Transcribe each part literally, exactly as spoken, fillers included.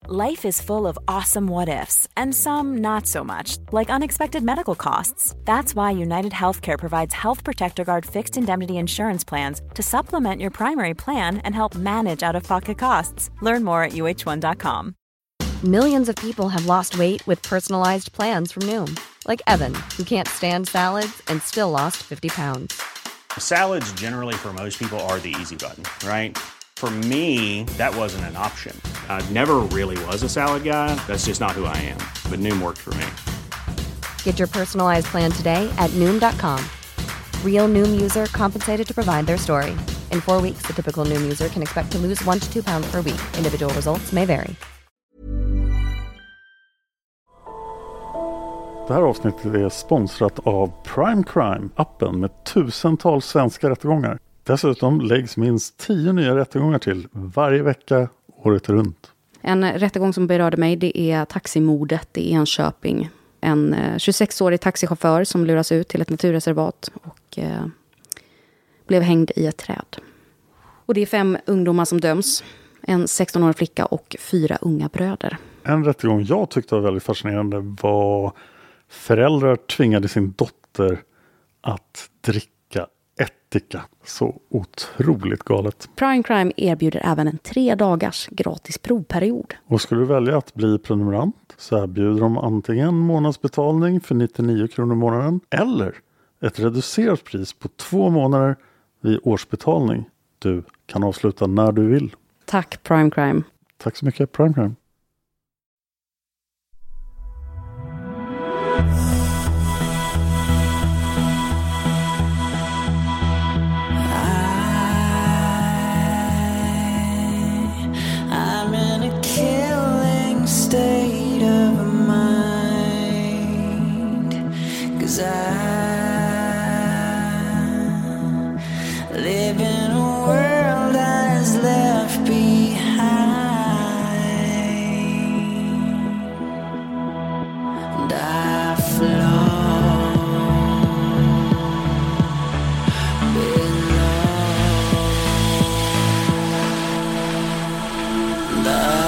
Life is full of awesome what-ifs, and some not so much, like unexpected medical costs. That's why United Healthcare provides Health Protector Guard fixed indemnity insurance plans to supplement your primary plan and help manage out-of-pocket costs. Learn more at U H one dot com. Millions of people have lost weight with personalized plans from Noom. Like Evan, who can't stand salads and still lost fifty pounds. Salads generally for most people are the easy button, right? For me, that wasn't an option. I never really was a salad guy. That's just not who I am. But Noom worked for me. Get your personalized plan today at Noom dot com. Real Noom user compensated to provide their story. In four weeks, the typical Noom user can expect to lose one to two pounds per week. Individual results may vary. Det här avsnittet är sponsrat av Prime Crime, appen med tusentals svenska rättegångar. Dessutom läggs minst tio nya rättegångar till varje vecka, året runt. En rättegång som berörde mig, det är taximordet i Enköping. En tjugosex-årig taxichaufför som luras ut till ett naturreservat och eh, blev hängd i ett träd. Och det är fem ungdomar som döms. En sexton-årig flicka och fyra unga bröder. En rättegång jag tyckte var väldigt fascinerande var föräldrar tvingade sin dotter att dricka ättika. Så otroligt galet. Prime Crime erbjuder även en tre dagars gratis provperiod. Och skulle du välja att bli prenumerant så erbjuder de antingen månadsbetalning för nittionio kronor i månaden eller ett reducerat pris på två månader vid årsbetalning. Du kan avsluta när du vill. Tack Prime Crime. Tack så mycket Prime Crime. State of mind, 'cause I live in a world that is left behind, and I flow below the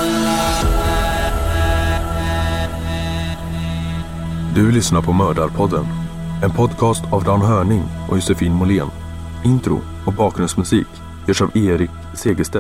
Du lyssnar på Mördarpodden, en podcast av Dan Hörning och Josefin Måhlén. Intro och bakgrundsmusik görs av Erik Segerstedt.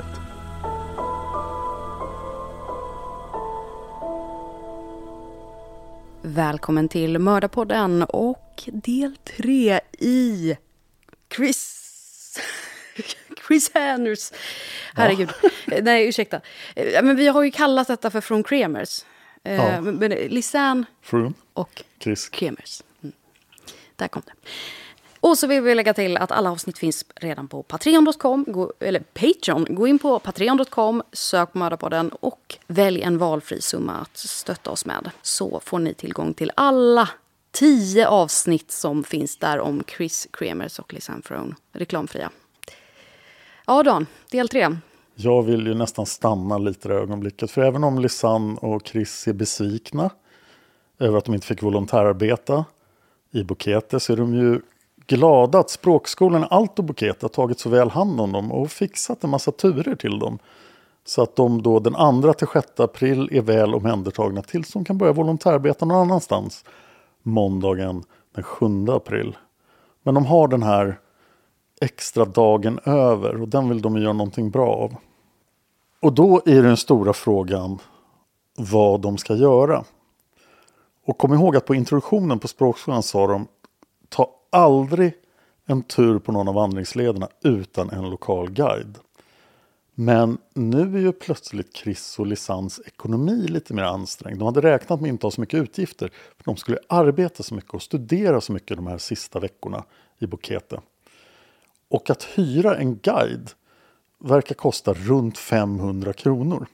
Välkommen till Mördarpodden och del tre i Chris... Chris Hanners. Herregud. Ja. Nej, ursäkta. Men vi har ju kallat detta för Från Kremers. Ja. Men Lisanne Frun och Chris Kremers. Mm. Där kom det. Och så vill vi lägga till att alla avsnitt finns redan på patreon dot com. Gå, eller Patreon. Gå in på patreon dot com, sök på Mördarpodden och välj en valfri summa att stötta oss med. Så får ni tillgång till alla tio avsnitt som finns där om Chris Kremers och Lisanne Frun. Reklamfria. Ja, Dan. Del tre. Jag vill ju nästan stanna lite i ögonblicket. För även om Lisanne och Chris är besvikna över att de inte fick volontärarbeta i Bukete, så är de ju glada att språkskolan Alto Bukete har tagit så väl hand om dem och fixat en massa turer till dem. Så att de då den andra till sjätte april är väl omhändertagna tills de kan börja volontärarbeta någon annanstans. Måndagen den sjunde april. Men de har den här extra dagen över och den vill de göra någonting bra av. Och då är den stora frågan vad de ska göra. Och kom ihåg att på introduktionen på språkskolan sa de: ta aldrig en tur på någon av vandringslederna utan en lokal guide. Men nu är ju plötsligt Chris och Lisannes ekonomi lite mer ansträngd. De hade räknat med att inte ha så mycket utgifter. För de skulle arbeta så mycket och studera så mycket de här sista veckorna i Bukete. Och att hyra en guide verkar kosta runt femhundra kronor.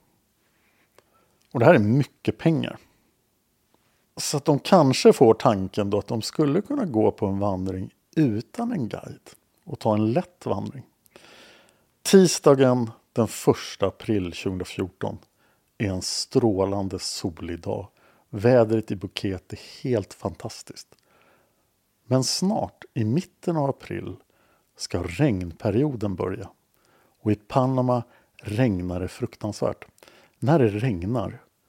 Och det här är mycket pengar. Så att de kanske får tanken då att de skulle kunna gå på en vandring utan en guide. Och ta en lätt vandring. Tisdagen den första april tjugohundrafjorton är en strålande solig dag. Vädret i Bukete är helt fantastiskt. Men snart, i mitten av april, ska regnperioden börja. Och i Panama regnar det fruktansvärt. När det regnar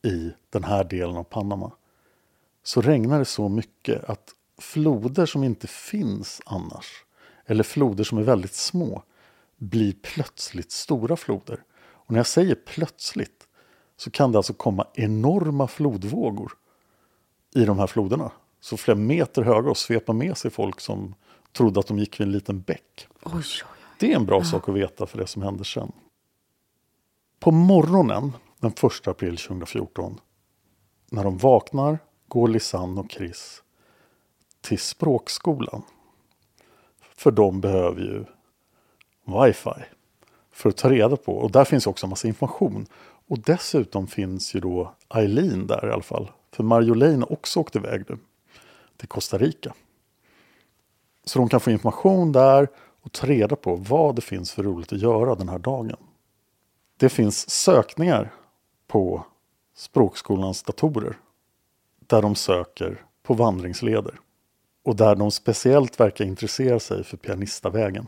i den här delen av Panama så regnar det så mycket att floder som inte finns annars, eller floder som är väldigt små, blir plötsligt stora floder. Och när jag säger plötsligt så kan det alltså komma enorma flodvågor i de här floderna. Så flera meter höga och svepa med sig folk som trodde att de gick vid en liten bäck. Oj, oj, oj. Det är en bra ja. sak att veta för det som händer sen. På morgonen den första april tjugohundrafjorton, när de vaknar, går Lisanne och Chris till språkskolan. För de behöver ju wifi för att ta reda på. Och där finns också en massa information. Och dessutom finns ju då Eileen där i alla fall. För Marjolaine har också åkt iväg nu till Costa Rica. Så de kan få information där och ta reda på vad det finns för roligt att göra den här dagen. Det finns sökningar på språkskolans datorer där de söker på vandringsleder. Och där de speciellt verkar intressera sig för pianistavägen.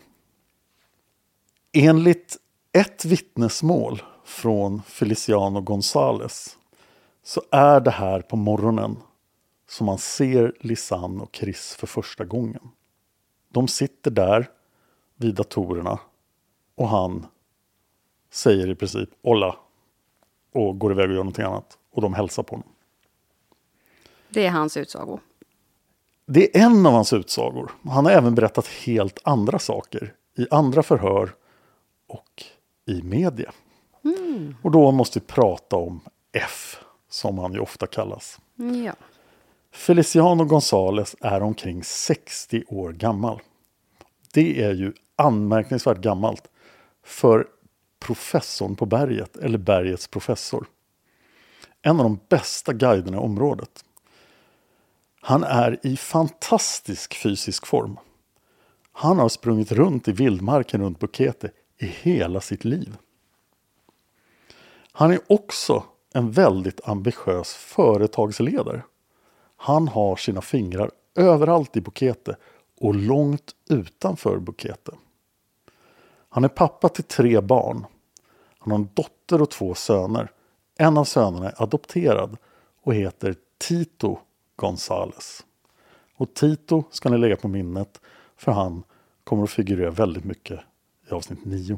Enligt ett vittnesmål från Feliciano González så är det här på morgonen som man ser Lisanne och Chris för första gången. De sitter där vid datorerna och han säger i princip Hola och går iväg och gör någonting annat. Och de hälsar på honom. Det är hans utsago. Det är en av hans utsagor. Han har även berättat helt andra saker i andra förhör och i media. Mm. Och då måste vi prata om F, som han ju ofta kallas. Ja. Feliciano González är omkring sextio år gammal. Det är ju anmärkningsvärt gammalt för professorn på berget, eller bergets professor. En av de bästa guiderna i området. Han är i fantastisk fysisk form. Han har sprungit runt i vildmarken runt Boquete i hela sitt liv. Han är också en väldigt ambitiös företagsledare. Han har sina fingrar överallt i Boquete och långt utanför Boquete. Han är pappa till tre barn. Han har en dotter och två söner. En av sönerna är adopterad och heter Tito González. Och Tito ska ni lägga på minnet, för han kommer att figurera väldigt mycket i avsnitt nio.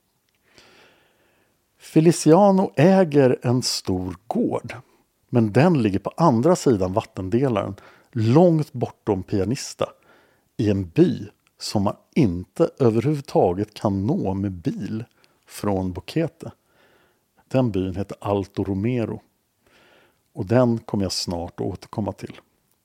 Feliciano äger en stor gård, men den ligger på andra sidan vattendelaren, långt bortom Pianista, i en by som man inte överhuvudtaget kan nå med bil från Boquete. Den byn heter Alto Romero. Och den kommer jag snart att återkomma till.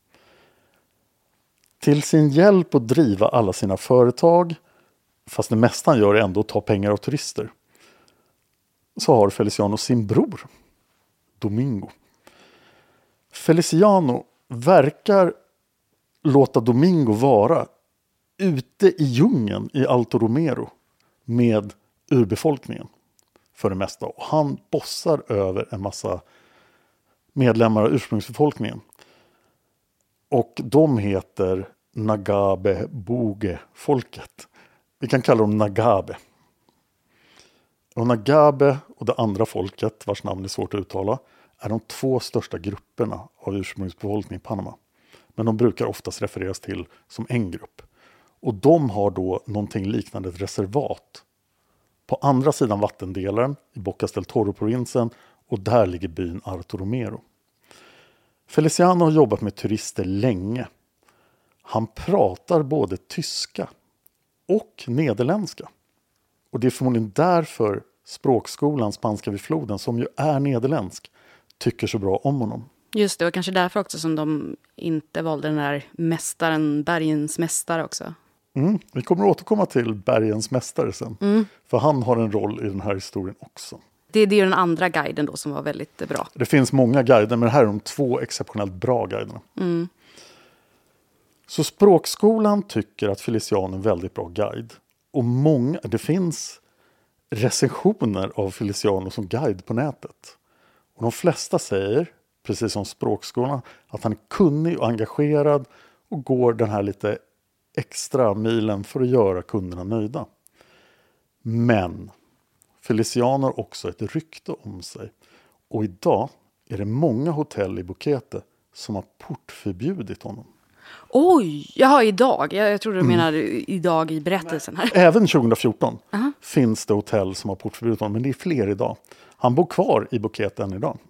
Till sin hjälp att driva alla sina företag, fast det mesta han gör är ändå att ta pengar av turister, så har Feliciano sin bror, Domingo. Feliciano verkar låta Domingo vara ute i djungeln i Alto Romero med urbefolkningen för det mesta. Och han bossar över en massa medlemmar av ursprungsbefolkningen. Och de heter Nagabe Boge-folket. Vi kan kalla dem Nagabe. Och Nagabe och det andra folket, vars namn är svårt att uttala, är de två största grupperna av ursprungsbefolkning i Panama. Men de brukar oftast refereras till som en grupp. Och de har då någonting liknande ett reservat på andra sidan vattendelaren i Bocas del Toro-provinsen, och där ligger byn Alto Romero. Feliciano har jobbat med turister länge. Han pratar både tyska och nederländska. Och det är förmodligen därför språkskolan Spanska vid floden, som ju är nederländsk, tycker så bra om honom. Just det, och kanske därför också som de inte valde den här mästaren, bergens mästare också. Mm, vi kommer att återkomma till bergens mästare sen. Mm. För han har en roll i den här historien också. Det, det är den andra guiden då som var väldigt bra. Det finns många guider, men det här är de två exceptionellt bra guiderna. Mm. Så språkskolan tycker att Feliciano är en väldigt bra guide. Och många, det finns recensioner av Feliciano som guide på nätet. Och de flesta säger, precis som språkskolan, att han är kunnig och engagerad och går den här lite extra milen för att göra kunderna nöjda. Men Feliciano har också ett rykte om sig. Och idag är det många hotell i Bukete som har portförbjudit honom. Oj, jaha, idag. Jag, jag tror du menar idag i berättelsen här. Även tjugo fjorton uh-huh. finns det hotell som har portförbjudit honom, men det är fler idag. Han bor kvar i Bukete än idag.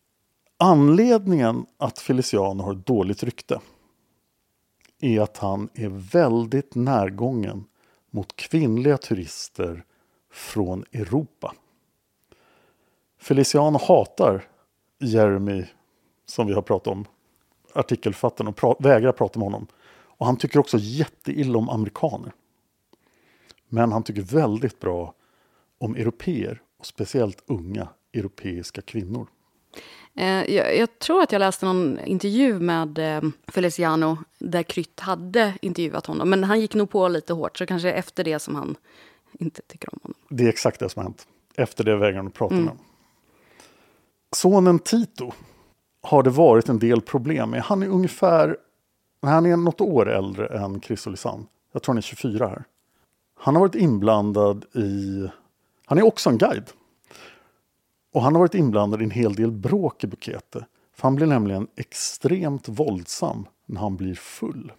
Anledningen att Feliciano har ett dåligt rykte är att han är väldigt närgången mot kvinnliga turister från Europa. Feliciano hatar Jeremy, som vi har pratat om, artikelfattaren, och pra- vägrar prata med honom. Och han tycker också jätteilla om amerikaner. Men han tycker väldigt bra om europeer, och speciellt unga europeiska kvinnor. Eh, jag, jag tror att jag läste någon intervju med eh, Feliciano där Krytt hade intervjuat honom. Men han gick nog på lite hårt, så kanske efter det som han inte tycker om honom. Det är exakt det som har hänt. Efter det vägrar han att prata Mm. med honom. Sonen Tito har det varit en del problem med. Han är ungefär, han är något år äldre än Chris och Lisanne. Jag tror han är tjugofyra här. Han har varit inblandad i, han är också en guide. Och han har varit inblandad i en hel del bråk i Bukete. För han blir nämligen extremt våldsam när han blir full.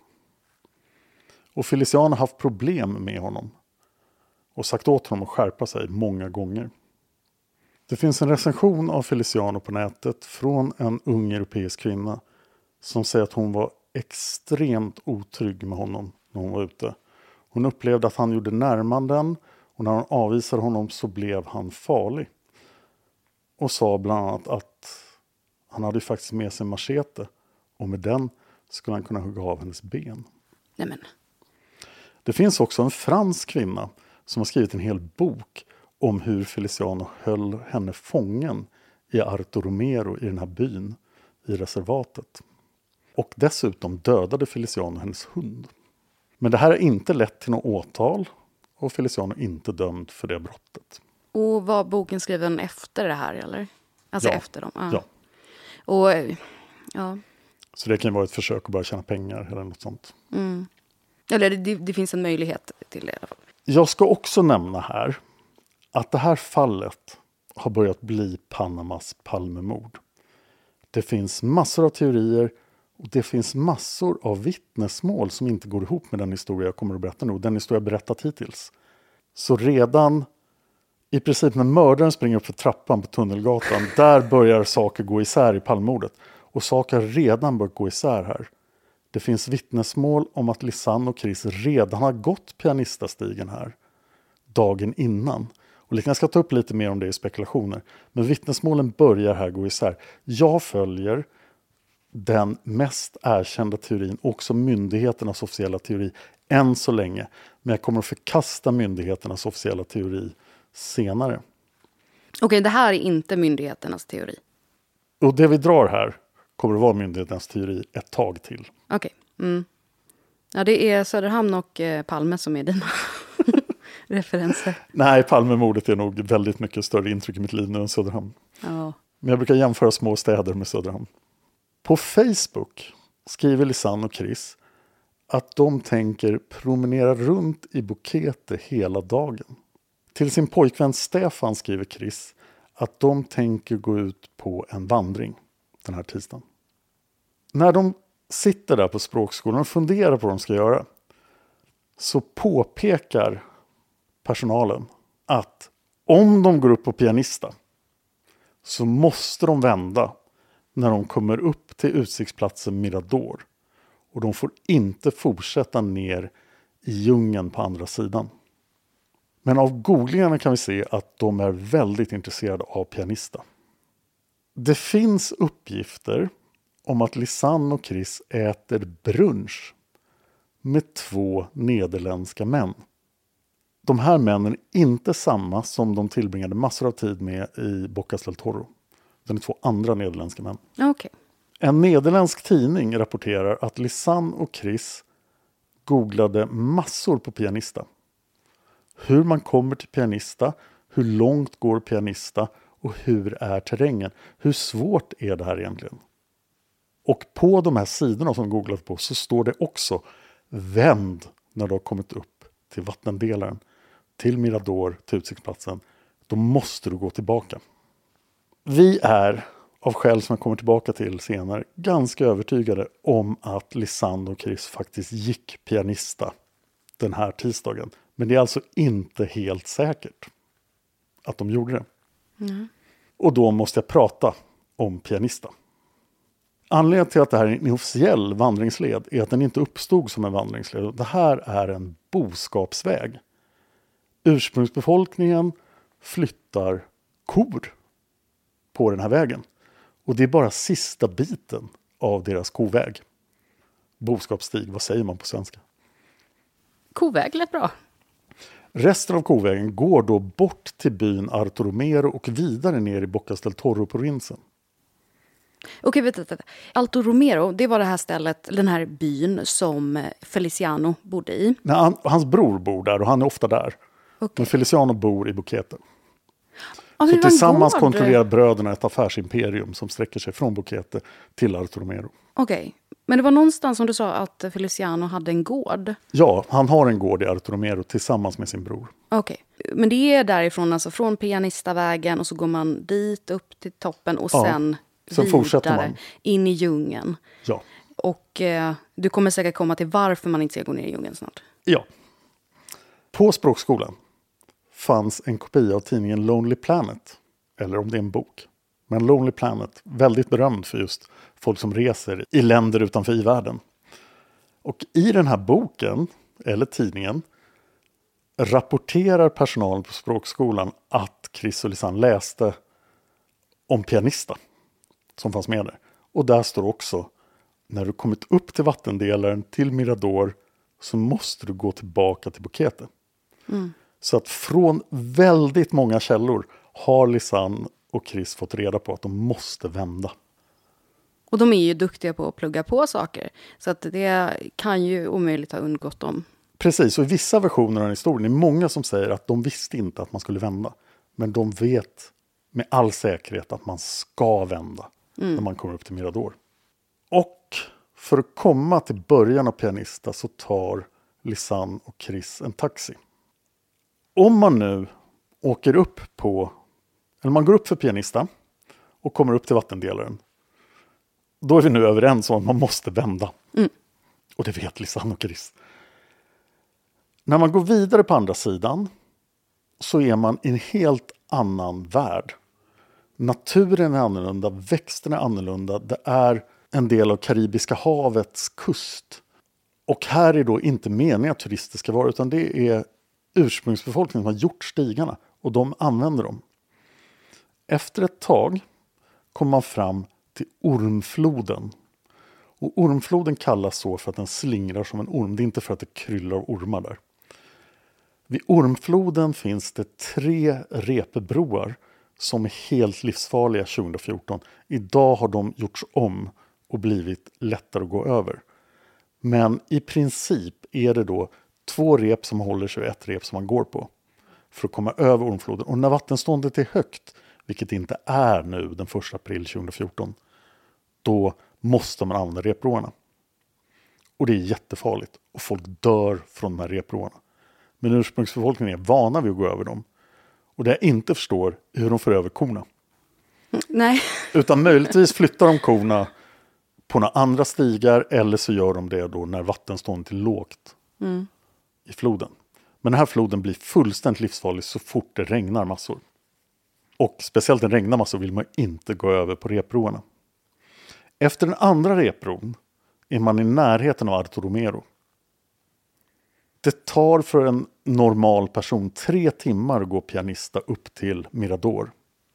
Och Feliciano har haft problem med honom. Och sagt åt honom att skärpa sig många gånger. Det finns en recension av Feliciano på nätet från en ung europeisk kvinna som säger att hon var extremt otrygg med honom när hon var ute. Hon upplevde att han gjorde närmanden, och när hon avvisade honom så blev han farlig. Och sa bland annat att han hade faktiskt med sig machete, och med den skulle han kunna hugga av hennes ben. Nämen. Det finns också en fransk kvinna som har skrivit en hel bok om hur Feliciano höll henne fången i Arto Romero i den här byn i reservatet. Och dessutom dödade Feliciano hennes hund. Men det här har inte lett till något åtal, och Feliciano är inte dömd för det brottet. Och var boken skriven efter det här, eller? Alltså Ja. efter dem? Ja. Ja. Och, ja. Så det kan vara ett försök att börja tjäna pengar eller något sånt. Mm. Eller det, det finns en möjlighet till det i alla fall. Jag ska också nämna här att det här fallet har börjat bli Panamas Palmemord. Det finns massor av teorier, och det finns massor av vittnesmål som inte går ihop med den historia jag kommer att berätta nu. Den historia jag berättat hittills. Så redan i princip när mördaren springer upp för trappan på Tunnelgatan, där börjar saker gå isär i Palmemordet. Och saker har redan börjat gå isär här. Det finns vittnesmål om att Lisanne och Chris redan har gått pianistastigen här dagen innan. Och jag ska ta upp lite mer om det i spekulationer. Men vittnesmålen börjar här gå isär. Jag följer den mest erkända teorin, också myndigheternas officiella teori, än så länge. Men jag kommer att förkasta myndigheternas officiella teori senare. Okej, okay, det här är inte myndigheternas teori. Och det vi drar här kommer att vara myndigheternas teori ett tag till. Okej. Okay. Mm. Ja, det är Söderhamn och eh, Palme som är dina referenser. Nej, Palmemordet är nog väldigt mycket större intryck i mitt liv nu än Söderhamn. Ja. Men jag brukar jämföra små städer med Söderhamn. På Facebook skriver Lisanne och Chris att de tänker promenera runt i Bukete hela dagen. Till sin pojkvän Stefan skriver Chris att de tänker gå ut på en vandring den här tisdagen. När de sitter där på språkskolan och funderar på vad de ska göra, så påpekar personalen att om de går upp på pianista så måste de vända när de kommer upp till utsiktsplatsen Mirador. Och de får inte fortsätta ner i djungeln på andra sidan. Men av googlingarna kan vi se att de är väldigt intresserade av pianista. Det finns uppgifter om att Lisanne och Chris äter brunch med två nederländska män. De här männen är inte samma som de tillbringade massor av tid med i Bocas del Toro. Det är två andra nederländska män. Okay. En nederländsk tidning rapporterar att Lisanne och Chris googlade massor på pianista. Hur man kommer till pianista, hur långt går pianista och hur är terrängen. Hur svårt är det här egentligen? Och på de här sidorna som googlat på så står det också vänd när du har kommit upp till vattendelaren, till Mirador, till utsiktsplatsen. Då måste du gå tillbaka. Vi är av skäl som jag kommer tillbaka till senare, ganska övertygade om att Lisanne och Chris faktiskt gick pianista den här tisdagen. Men det är alltså inte helt säkert att de gjorde det. Mm. Och då måste jag prata om pianista. Anledningen till att det här är en officiell vandringsled är att den inte uppstod som en vandringsled. Det här är en boskapsväg. Ursprungsbefolkningen flyttar kor på den här vägen. Och det är bara sista biten av deras koväg. Boskapsstig, vad säger man på svenska? Koväg lät bra. Resten av kovägen går då bort till byn Arto Romero och vidare ner i Bocas del Toro-provinsen. Okej, vänta, vänta. Arto Romero, det var det här stället, den här byn som Feliciano bodde i. Nej, han, hans bror bor där och han är ofta där. Okay. Men Feliciano bor i Boquete. Ah, så tillsammans kontrollerar bröderna ett affärsimperium som sträcker sig från Boquete till Arto Romero. Okej, okay. Men det var någonstans som du sa att Feliciano hade en gård. Ja, han har en gård i Arto Romero tillsammans med sin bror. Okej, okay. Men det är därifrån, alltså från Pianistavägen och så går man dit upp till toppen och ja. sen... Sen fortsätter man. In i djungeln. Ja. Och eh, du kommer säkert komma till varför man inte ska gå ner i djungeln snart. Ja. På språkskolan fanns en kopia av tidningen Lonely Planet. Eller om det är en bok. Men Lonely Planet, väldigt berömd för just folk som reser i länder utanför i-världen. Och i den här boken, eller tidningen, rapporterar personalen på språkskolan att Chris och Lisanne läste om pianista. Som fanns med där. Och där står också, när du kommit upp till vattendelaren till Mirador så måste du gå tillbaka till Boquete. Mm. Så att från väldigt många källor har Lisanne och Chris fått reda på att de måste vända. Och de är ju duktiga på att plugga på saker. Så att det kan ju omöjligt ha undgått dem. Precis, och i vissa versioner av historien är det många som säger att de visste inte att man skulle vända. Men de vet med all säkerhet att man ska vända. Mm. När man kommer upp till Mirador. Och för att komma till början av Pianista så tar Lisanne och Chris en taxi. Om man nu åker upp på, eller man går upp för Pianista och kommer upp till vattendelaren. Då är vi nu överens om att man måste vända. Mm. Och det vet Lisanne och Chris. När man går vidare på andra sidan så är man i en helt annan värld. Naturen är annorlunda, växterna är annorlunda. Det är en del av Karibiska havets kust. Och här är då inte meningen att turister ska vara, utan det är ursprungsbefolkningen som har gjort stigarna. Och de använder dem. Efter ett tag kommer man fram till Ormfloden. Och Ormfloden kallas så för att den slingrar som en orm. Det är inte för att det kryllar av ormar där. Vid Ormfloden finns det tre repebroar som är helt livsfarliga tjugohundrafjorton. Idag har de gjorts om och blivit lättare att gå över. Men i princip är det då två rep som håller sig och ett rep som man går på. För att komma över Ormfloden. Och när vattenståndet är högt, vilket inte är nu den första april tjugohundrafjorton, då måste man använda repbroarna. Och det är jättefarligt. Och folk dör från de här repbroarna. Men ursprungsbefolkningen är vana vid att gå över dem. Och det jag inte förstår är hur de får över korna. Nej. Utan möjligtvis flyttar de korna på några andra stigar. Eller så gör de det då när vattenståndet är lågt mm. i floden. Men den här floden blir fullständigt livsfarlig så fort det regnar massor. Och speciellt när det regnar massor vill man inte gå över på repbroarna. Efter den andra repbron är man i närheten av Arto Romero. Det tar för en normal person tre timmar att gå Pianista upp till Mirador.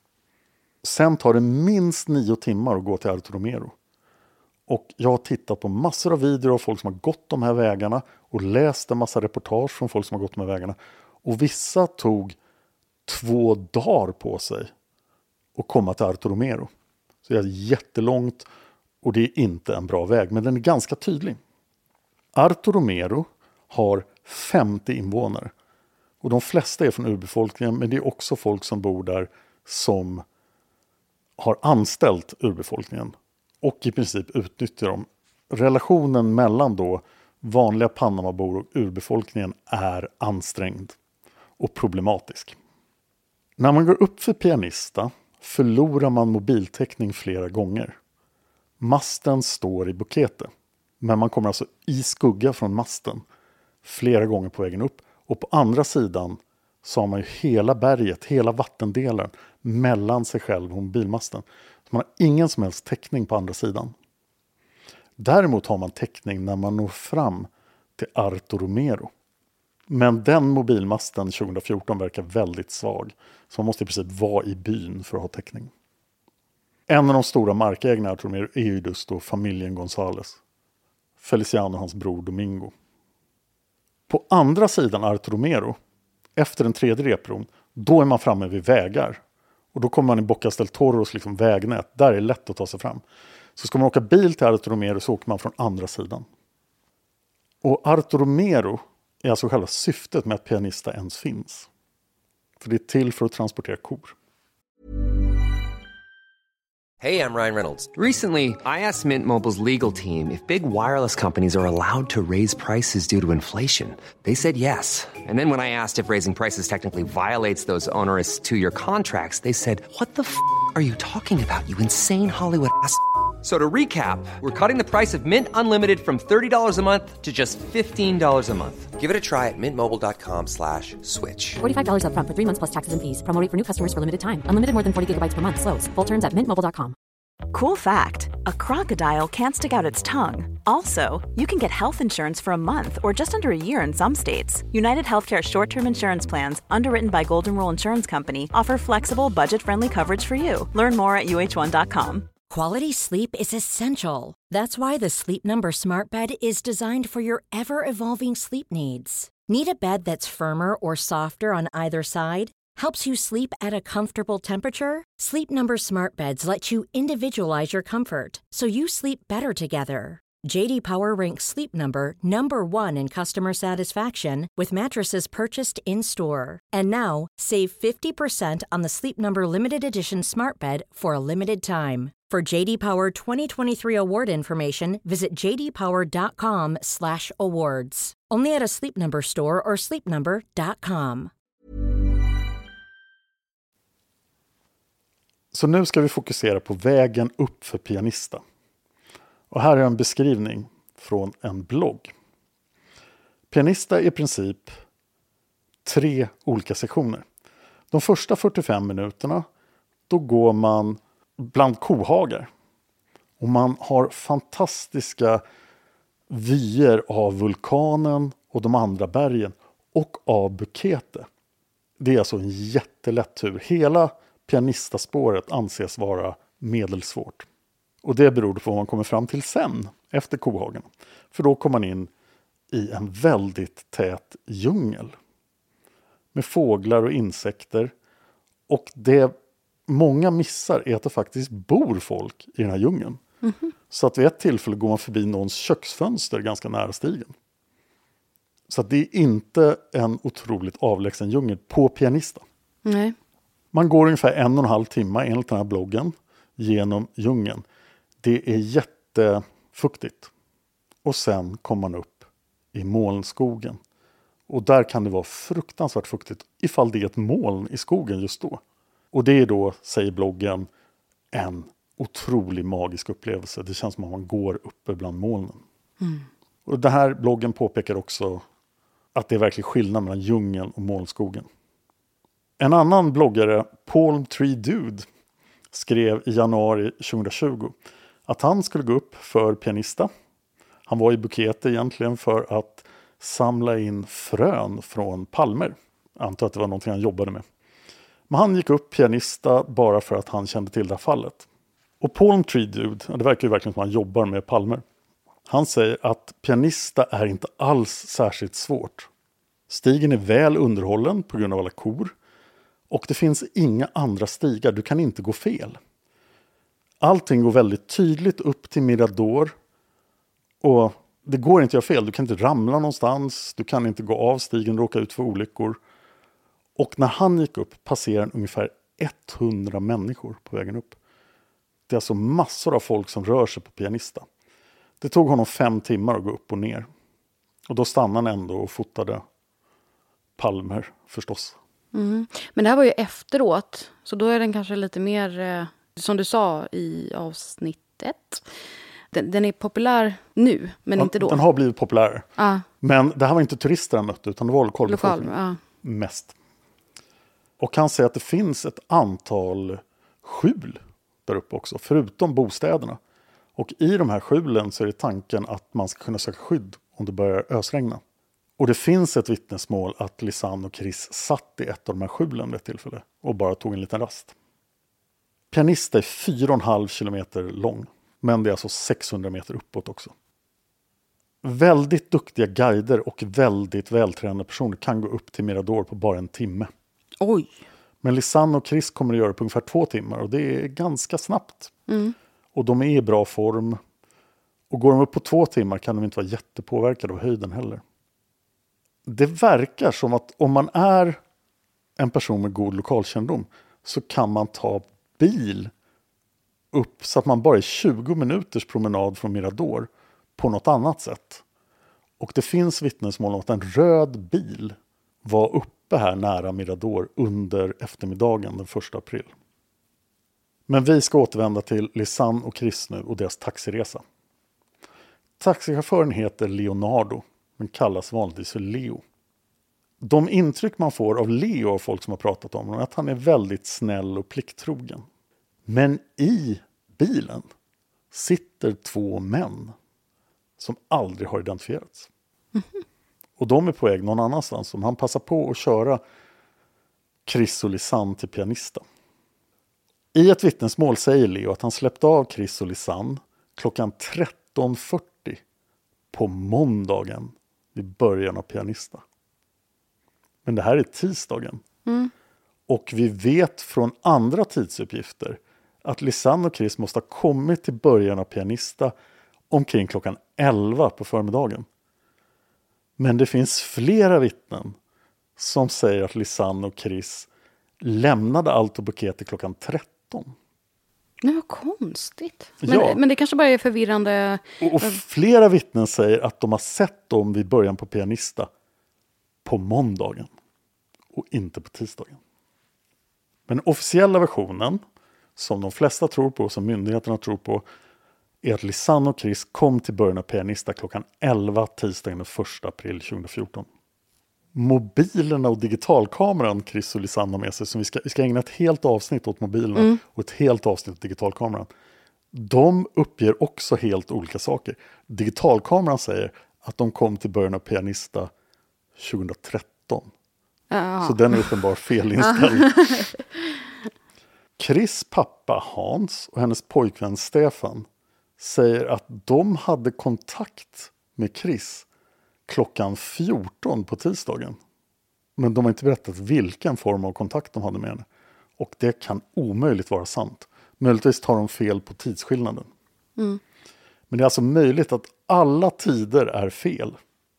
Sen tar det minst nio timmar att gå till Arto Romero. Och jag har tittat på massor av videor av folk som har gått de här vägarna och läst en massa reportage från folk som har gått de här vägarna. Och vissa tog två dagar på sig att komma till Arto Romero. Så det är jättelångt och det är inte en bra väg, men den är ganska tydlig. Arto Romero har femtio invånare. Och de flesta är från urbefolkningen, men det är också folk som bor där som har anställt urbefolkningen. Och i princip utnyttjar dem. Relationen mellan då vanliga Panamabor och urbefolkningen är ansträngd och problematisk. När man går upp för Pianista förlorar man mobiltäckning flera gånger. Masten står i Bukete, men man kommer alltså i skugga från masten flera gånger på vägen upp. Och på andra sidan så har man ju hela berget, hela vattendelen mellan sig själv och mobilmasten. Så man har ingen som helst täckning på andra sidan. Däremot har man täckning när man når fram till Arto Romero. Men den mobilmasten tjugo fjorton verkar väldigt svag. Så man måste i princip vara i byn för att ha täckning. En av de stora markägarna Arto Romero är ju just då familjen González. Feliciano och hans bror Domingo. På andra sidan Arto Romero, efter den tredje repron, då är man framme vid vägar. Och då kommer man i Bocas del Toros liksom vägnät. Där är det lätt att ta sig fram. Så ska man åka bil till Arto Romero så åker man från andra sidan. Och Arto Romero är alltså själva syftet med att Pianista ens finns. För det är till för att transportera kor. Hey, I'm Ryan Reynolds. Recently, I asked Mint Mobile's legal team if big wireless companies are allowed to raise prices due to inflation. They said yes. And then when I asked if raising prices technically violates those onerous two-year contracts, they said, what the f*** are you talking about, you insane Hollywood ass f- So to recap, we're cutting the price of Mint Unlimited from thirty dollars a month to just fifteen dollars a month. Give it a try at mintmobile.com slash switch. forty-five dollars up front for three months plus taxes and fees. Promo rate for new customers for limited time. Unlimited more than forty gigabytes per month. Slows full terms at mint mobile dot com. Cool fact, a crocodile can't stick out its tongue. Also, you can get health insurance for a month or just under a year in some states. United Healthcare short-term insurance plans, underwritten by Golden Rule Insurance Company, offer flexible, budget-friendly coverage for you. Learn more at U H one dot com. Quality sleep is essential. That's why the Sleep Number Smart Bed is designed for your ever-evolving sleep needs. Need a bed that's firmer or softer on either side? Helps you sleep at a comfortable temperature? Sleep Number Smart Beds let you individualize your comfort so you sleep better together. J D Power ranks Sleep Number number one in customer satisfaction with mattresses purchased in-store. And now, save fifty percent on the Sleep Number Limited Edition Smart Bed for a limited time. For J D Power twenty twenty-three award information, visit j d power dot com slash awards. Only at a Sleep Number store or sleep number dot com. Så nu ska vi fokusera på vägen upp för Pianista. Och här är en beskrivning från en blogg. Pianista är i princip tre olika sektioner. De första fyrtiofem minuterna, då går man bland kohagar. Och man har fantastiska vyer av vulkanen och de andra bergen och av Bukete. Det är alltså en jättelätt tur. Hela Pianistaspåret anses vara medelsvårt. Och det beror på vad man kommer fram till sen, efter kohagen. För då kommer man in i en väldigt tät djungel. Med fåglar och insekter. Och det många missar är att det faktiskt bor folk i den här djungeln. Mm-hmm. Så att vid ett tillfälle går man förbi någons köksfönster ganska nära stigen. Så att det är inte en otroligt avlägsen djungel på Pianista. Nej. Man går ungefär en och en halv timme enligt den här bloggen genom djungeln. Det är jättefuktigt. Och sen kommer man upp i molnskogen. Och där kan det vara fruktansvärt fuktigt ifall det är ett moln i skogen just då. Och det är då, säger bloggen, en otrolig magisk upplevelse. Det känns som att man går uppe bland molnen. Mm. Och den här bloggen påpekar också att det är verkligen skillnad mellan djungeln och molnskogen. En annan bloggare, Palm Tree Dude, skrev i januari tjugohundratjugo att han skulle gå upp för Pianista. Han var i Bukete egentligen för att samla in frön från palmer. Jag antar att det var någonting han jobbade med. Men han gick upp Pianista bara för att han kände till det här fallet. Och Palm Tree Dude, det verkar ju verkligen som att han jobbar med palmer. Han säger att Pianista är inte alls särskilt svårt. Stigen är väl underhållen på grund av alla kor. Och det finns inga andra stigar, du kan inte gå fel. Allting går väldigt tydligt upp till Mirador. Och det går inte att göra fel, du kan inte ramla någonstans. Du kan inte gå av stigen och råka ut för olyckor. Och när han gick upp passerade ungefär hundra människor på vägen upp. Det är alltså massor av folk som rör sig på Pianista. Det tog honom fem timmar att gå upp och ner. Och då stannade han ändå och fotade palmer förstås. Mm. Men det här var ju efteråt. Så då är den kanske lite mer, eh, som du sa i avsnittet. Den, den är populär nu, men ja, inte då. Den har blivit populär. Ah. Men det här var inte turister han mötte, utan det var lokalbefolkningen Lokal, ah. mest. Och han säger att det finns ett antal skjul där uppe också, förutom bostäderna. Och i de här skjulen så är det tanken att man ska kunna söka skydd om det börjar ösregna. Och det finns ett vittnesmål att Lisanne och Chris satt i ett av de här skjulen vid ett tillfälle och bara tog en liten rast. Pianista är fyra och en halv kilometer lång, men det är alltså sexhundra meter uppåt också. Väldigt duktiga guider och väldigt vältränade personer kan gå upp till Mirador på bara en timme. Oj! Men Lisanne och Chris kommer att göra det på ungefär två timmar och det är ganska snabbt. Mm. Och de är i bra form. Och går de upp på två timmar kan de inte vara jättepåverkade av höjden heller. Det verkar som att om man är en person med god lokalkännedom så kan man ta bil upp så att man bara är tjugo minuters promenad från Mirador på något annat sätt. Och det finns vittnesmål om att en röd bil var uppe här nära Mirador under eftermiddagen den första april. Men vi ska återvända till Lisanne och Chris nu och deras taxiresa. Taxichauffören heter Leonardo, men kallas vanligtvis för Leo. De intryck man får av Leo av folk som har pratat om honom är att han är väldigt snäll och plikttrogen. Men i bilen sitter två män som aldrig har identifierats. Mm-hmm. Och de är på väg någon annanstans. Som han passar på att köra Chris och Lisanne till Pianista. I ett vittnesmål säger Leo att han släppte av Chris och Lisanne klockan tretton fyrtio på måndagen i början av Pianista. Men det här är tisdagen. Mm. Och vi vet från andra tidsuppgifter att Lisanne och Chris måste ha kommit till början av Pianista omkring klockan elva på förmiddagen. Men det finns flera vittnen som säger att Lisanne och Chris lämnade Alto Boquete klockan tretton. Nej, vad konstigt. Men, ja. men det kanske bara är förvirrande. Och, och flera vittnen säger att de har sett dem vid början på Pianista på måndagen och inte på tisdagen. Men den officiella versionen, som de flesta tror på, som myndigheterna tror på, är att Lisanne och Chris kom till början av Pianista klockan elva tisdagen den första april tjugohundrafjorton. Mobilerna och digitalkameran Chris och Lisanne har med sig, som vi ska, vi ska ägna ett helt avsnitt åt mobilerna mm. och ett helt avsnitt åt digitalkameran. De uppger också helt olika saker. Digitalkameran säger att de kom till början av Pianista tjugohundratretton. Ja. Så den är uppenbar felinställd. Chris pappa Hans och hennes pojkvän Stefan säger att de hade kontakt med Chris klockan fjorton på tisdagen. Men de har inte berättat vilken form av kontakt de hade med henne. Och det kan omöjligt vara sant. Möjligtvis tar de fel på tidsskillnaden. Mm. Men det är alltså möjligt att alla tider är fel.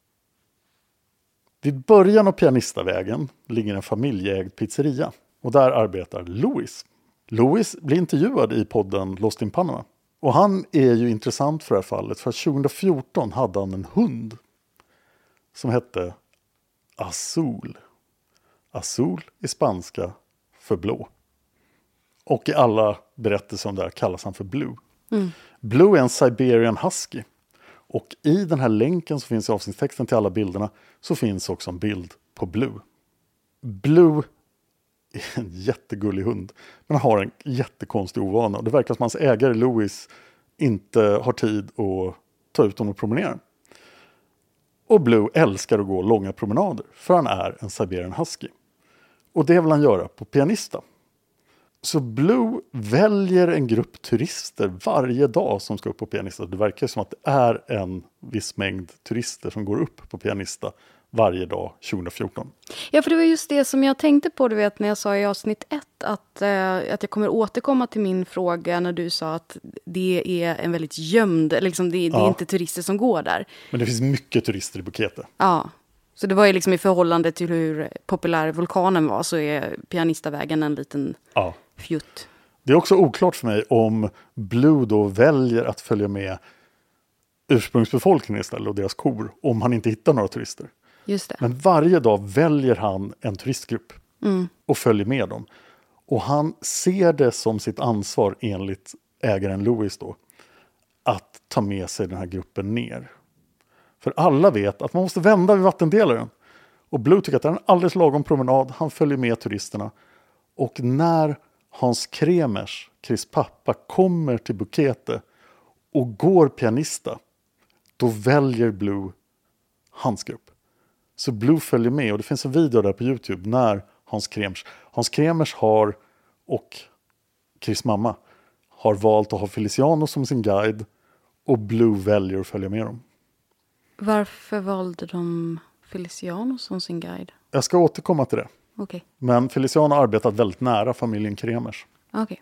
Vid början av Pianistavägen ligger en familjeägd pizzeria. Och där arbetar Louis. Louis blir intervjuad i podden Lost in Panama. Och han är ju intressant för det här fallet. För tjugohundrafjorton hade han en hund som hette Azul. Azul är spanska för blå. Och i alla berättelser om det här kallas han för Blue. Mm. Blue är en Siberian Husky. Och i den här länken som finns i avsnittstexten till alla bilderna så finns också en bild på Blue. Blue är en jättegullig hund. Men han har en jättekonstig ovana. Det verkar som hans ägare Louis inte har tid att ta ut honom och promenera. Och Blue älskar att gå långa promenader. För han är en Siberian Husky. Och det vill han göra på Pianista. Så Blue väljer en grupp turister varje dag som ska upp på Pianista. Det verkar som att det är en viss mängd turister som går upp på Pianista varje dag tjugohundrafjorton. Ja, för det var just det som jag tänkte på, du vet, när jag sa i avsnitt ett att, eh, att jag kommer återkomma till min fråga när du sa att det är en väldigt gömd, liksom det, det är ja. inte turister som går där. Men det finns mycket turister i Boquete. Ja, så det var ju liksom i förhållande till hur populär vulkanen var så är Pianistavägen en liten ja. fjutt. Det är också oklart för mig om Blue då väljer att följa med ursprungsbefolkningen istället och deras kor om han inte hittar några turister. Just det. Men varje dag väljer han en turistgrupp. Mm. och följer med dem. Och han ser det som sitt ansvar enligt ägaren Louis då att ta med sig den här gruppen ner. För alla vet att man måste vända vid vattendelaren. Och Blue tycker att det är en alldeles lagom promenad. Han följer med turisterna. Och när Hans Kremers, Chris pappa, kommer till Bukete och går pianista, då väljer Blue hans grupp. Så Blue följer med, och det finns en video där på YouTube när Hans Kremers, Hans Kremers har och Chris mamma har valt att ha Feliciano som sin guide, och Blue väljer att följa med dem. Varför valde de Feliciano som sin guide? Jag ska återkomma till det. Okej. Men Feliciano har arbetat väldigt nära familjen Kremers. Okej.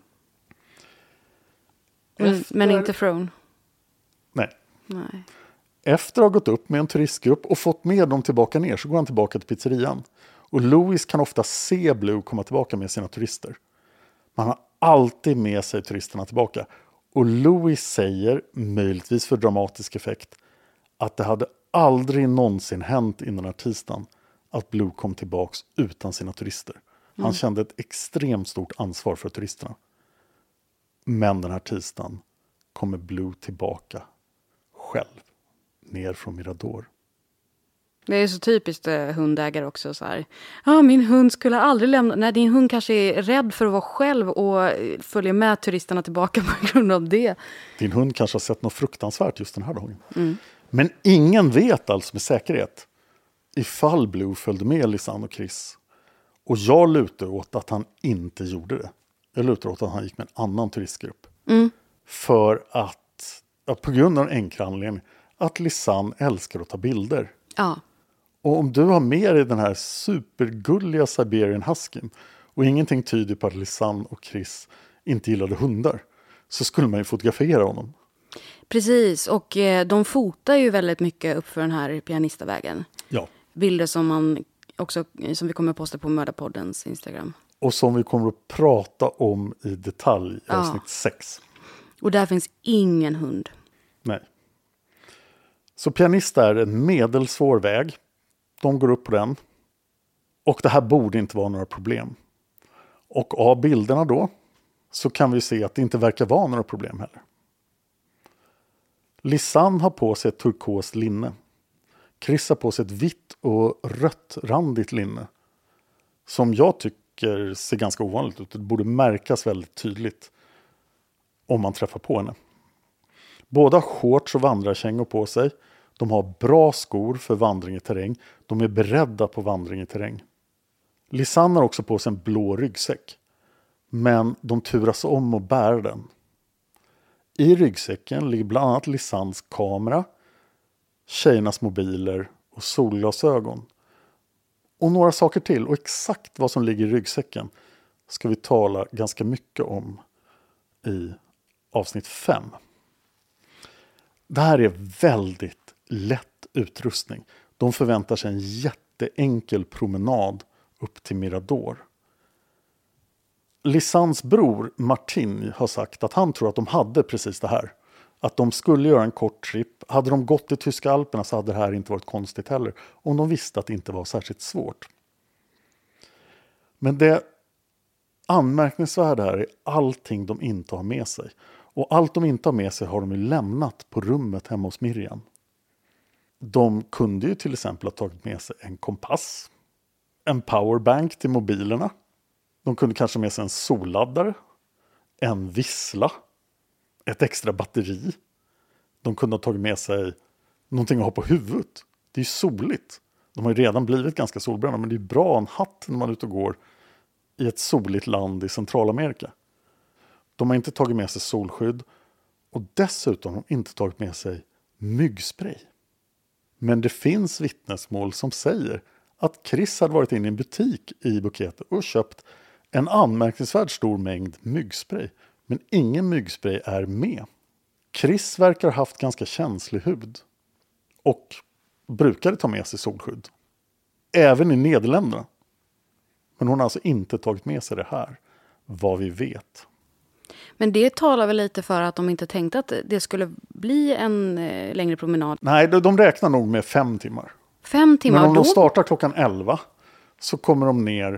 Men, Efter- men inte Frone? Nej. Nej. Efter att ha gått upp med en turistgrupp och fått med dem tillbaka ner, så går han tillbaka till pizzerian. Och Louis kan ofta se Blue komma tillbaka med sina turister. Man har alltid med sig turisterna tillbaka. Och Louis säger, möjligtvis för dramatisk effekt, att det hade aldrig någonsin hänt innan den här tisdagen att Blue kom tillbaks utan sina turister. Han Mm. kände ett extremt stort ansvar för turisterna. Men den här tisdagen kommer Blue tillbaka själv ner från Mirador. Det är så typiskt eh, hundägare också. Så här. Ah, min hund skulle aldrig lämna... Nej, din hund kanske är rädd för att vara själv och eh, följer med turisterna tillbaka på grund av det. Din hund kanske har sett något fruktansvärt just den här dagen. Mm. Men ingen vet alltså med säkerhet ifall Blue följde med Lisanne och Chris. Och jag lutar åt att han inte gjorde det. Jag lutar åt att han gick med en annan turistgrupp. Mm. För att, ja, på grund av en enkel anledning, att Lisanne älskar att ta bilder. Ja. Och om du har med dig den här supergulliga Siberian Huskyn och ingenting tyder på att Lisanne och Chris inte gillade hundar, så skulle man ju fotografera honom. Precis, och eh, de fotar ju väldigt mycket upp för den här pianistavägen. Ja. Bilder som man också, som vi kommer att posta på Mördarpoddens Instagram. Och som vi kommer att prata om i detalj i Ja. avsnitt sex. Och där finns ingen hund. Nej. Så pianista är en medelsvår väg. De går upp på den. Och det här borde inte vara några problem. Och av bilderna då så kan vi se att det inte verkar vara några problem heller. Lisanne har på sig ett turkost linne. Chris har på sig ett vitt och rött randigt linne. Som jag tycker ser ganska ovanligt ut. Det borde märkas väldigt tydligt om man träffar på henne. Båda har shorts och vandrarkängor på sig. De har bra skor för vandring i terräng. De är beredda på vandring i terräng. Lisanne har också på sig en blå ryggsäck. Men de turas om att bära den. I ryggsäcken ligger bland annat Lisannes kamera, tjejernas mobiler och solglasögon. Och några saker till. Och exakt vad som ligger i ryggsäcken ska vi tala ganska mycket om i avsnitt fem. Det här är väldigt lätt utrustning. De förväntar sig en jätteenkel promenad upp till Mirador. Lisannes bror Martin har sagt att han tror att de hade precis det här. Att de skulle göra en kort trip. Hade de gått till tyska Alperna så hade det här inte varit konstigt heller. Om de visste att det inte var särskilt svårt. Men det anmärkningsvärda här är allting de inte har med sig. Och allt de inte har med sig har de ju lämnat på rummet hemma hos Miriam. De kunde ju till exempel ha tagit med sig en kompass. En powerbank till mobilerna. De kunde kanske ha med sig en solladdare. En vissla. Ett extra batteri. De kunde ha tagit med sig någonting att ha på huvudet. Det är ju soligt. De har ju redan blivit ganska solbrända. Men det är bra att ha en hatt när man är ute och går i ett soligt land i Centralamerika. De har inte tagit med sig solskydd. Och dessutom har de inte tagit med sig myggspray. Men det finns vittnesmål som säger att Chris hade varit inne i en butik i Bukete och köpt en anmärkningsvärt stor mängd myggspray. Men ingen myggspray är med. Chris verkar ha haft ganska känslig hud. Och brukade ta med sig solskydd. Även i Nederländerna. Men hon har alltså inte tagit med sig det här. Vad vi vet. Men det talar väl lite för att de inte tänkte att det skulle bli en eh, längre promenad. Nej, de, de räknar nog med fem timmar. Fem timmar Men om då? de startar klockan elva så kommer de ner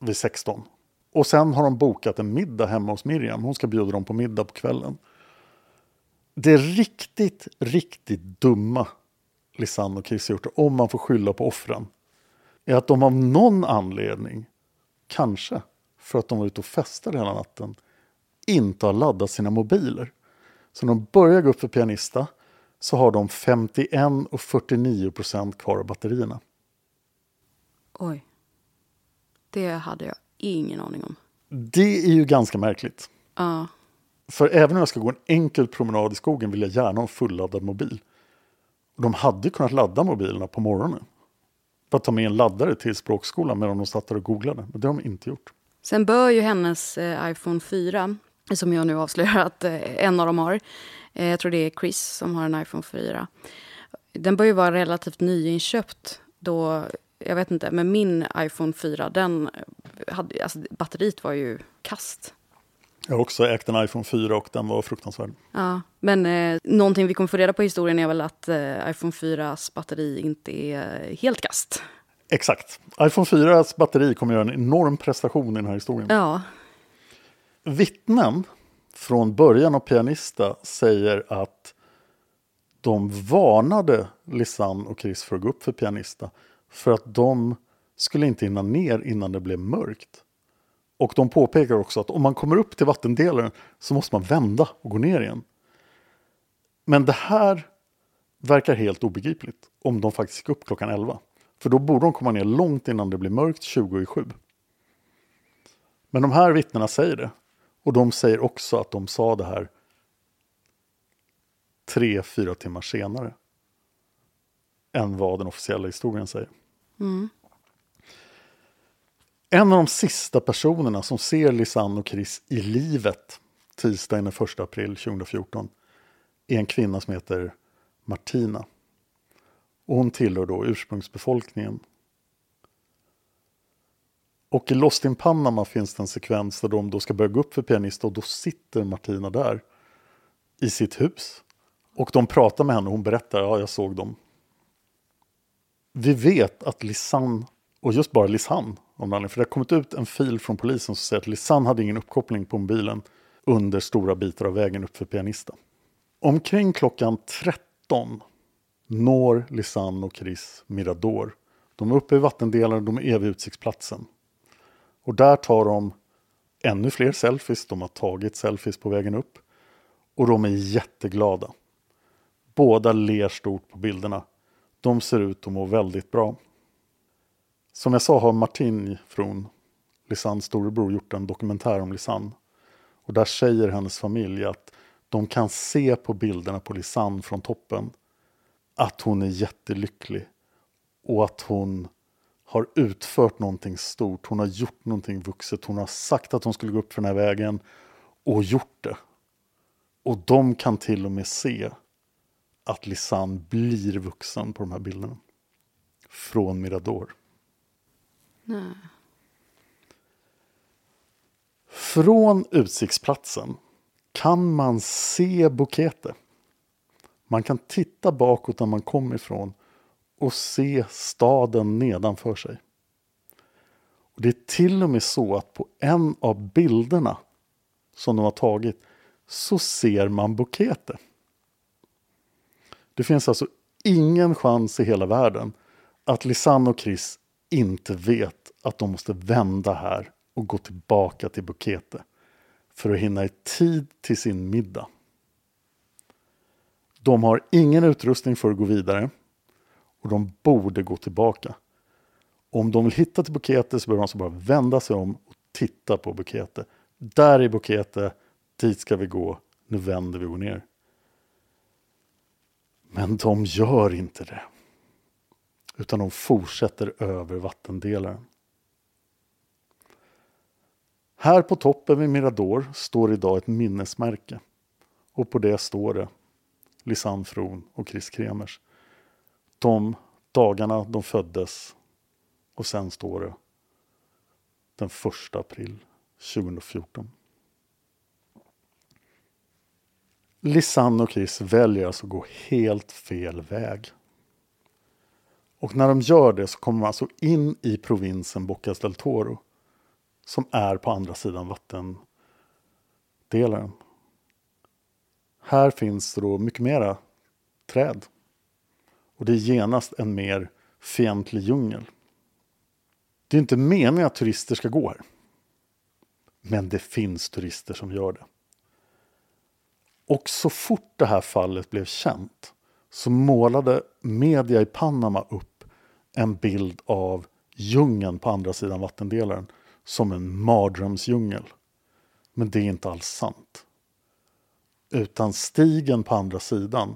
vid sexton. Och sen har de bokat en middag hemma hos Miriam. Hon ska bjuda dem på middag på kvällen. Det riktigt, riktigt dumma Lisanne och Chris gjort, om man får skylla på offren, är att de av någon anledning, kanske för att de var ute och festade hela natten, inte har laddat sina mobiler. Så när de börjar gå upp för Pianista så har de femtioen och fyrtionio procent kvar av batterierna. Oj. Det hade jag ingen aning om. Det är ju ganska märkligt. Ja. Uh. För även om jag ska gå en enkel promenad i skogen vill jag gärna ha en fulladdad mobil. De hade ju kunnat ladda mobilerna på morgonen. För att ta med en laddare till språkskolan medan de satt där och googlade. Men det har de inte gjort. Sen bör ju hennes eh, iPhone fyra, som jag nu avslöjar att eh, en av dem har. Eh, jag tror det är Chris som har en iPhone fyra. Den bör ju vara relativt nyinköpt då, jag vet inte, men min iPhone fyra, den hade, alltså batteriet var ju kast. Jag har också ägt en iPhone fyra och den var fruktansvärd. Ja, men eh, någonting vi kommer få reda på i historien är väl att eh, iPhone fyras batteri inte är helt kast. Exakt. iPhone fyras batteri kommer göra en enorm prestation i den här historien. Ja. Vittnen från början av Pianista säger att de varnade Lisanne och Chris för att gå upp för Pianista för att de skulle inte hinna ner innan det blev mörkt. Och de påpekar också att om man kommer upp till vattendelaren så måste man vända och gå ner igen. Men det här verkar helt obegripligt om de faktiskt gick upp klockan elva. För då borde de komma ner långt innan det blir mörkt tjugo i sju. Men de här vittnena säger det. Och de säger också att de sa det här tre, fyra timmar senare än vad den officiella historien säger. Mm. En av de sista personerna som ser Lisanne och Chris i livet tisdagen den första april tjugohundrafjorton är en kvinna som heter Martina. Och hon tillhör då ursprungsbefolkningen. Och i Lost in Panama finns det en sekvens där de då ska börja gå upp för Pianista och då sitter Martina där i sitt hus. Och de pratar med henne och hon berättar, ja jag såg dem. Vi vet att Lisanne, och just bara Lisanne, om det, för det har kommit ut en fil från polisen som säger att Lisanne hade ingen uppkoppling på mobilen under stora bitar av vägen upp för Pianista. Omkring klockan tretton når Lisanne och Chris Mirador. De är uppe i vattendelaren, de är vid utsiktsplatsen. Och där tar de ännu fler selfies, de har tagit selfies på vägen upp. Och de är jätteglada. Båda ler stort på bilderna. De ser ut att må väldigt bra. Som jag sa har Martin från Lisannes storebror gjort en dokumentär om Lisanne. Och där säger hennes familj att de kan se på bilderna på Lisanne från toppen att hon är jättelycklig. Och att hon har utfört någonting stort. Hon har gjort någonting vuxet. Hon har sagt att hon skulle gå upp för den här vägen och gjort det. Och de kan till och med se att Lisanne blir vuxen på de här bilderna. Från Mirador. Nej. Från utsiktsplatsen kan man se Bukete. Man kan titta bakåt där man kommer ifrån och se staden nedanför sig. Och det är till och med så att på en av bilderna som de har tagit så ser man Bukete. Det finns alltså ingen chans i hela världen att Lisanne och Chris inte vet att de måste vända här och gå tillbaka till Bukete för att hinna i tid till sin middag. De har ingen utrustning för att gå vidare och de borde gå tillbaka. Om de vill hitta till Bukete så behöver de alltså bara vända sig om och titta på Bukete. Där är Bukete, dit ska vi gå, nu vänder vi och går ner. Men de gör inte det. Utan de fortsätter över vattendelaren. Här på toppen vid Mirador står idag ett minnesmärke. Och på det står det Lisanne Fron och Chris Kremers. De dagarna de föddes. Och sen står det den första april tjugohundrafjorton. Lisanne och Chris väljer alltså att gå helt fel väg. Och när de gör det så kommer de alltså in i provinsen Bocas del Toro. som är på andra sidan vattendelaren. Här finns det då mycket mera träd. Och det är genast en mer fientlig djungel. Det är inte meningen att turister ska gå här. Men det finns turister som gör det. Och så fort det här fallet blev känt så målade media i Panama upp en bild av djungeln på andra sidan vattendelaren som en mardrömsdjungel. Men det är inte alls sant. Utan stigen på andra sidan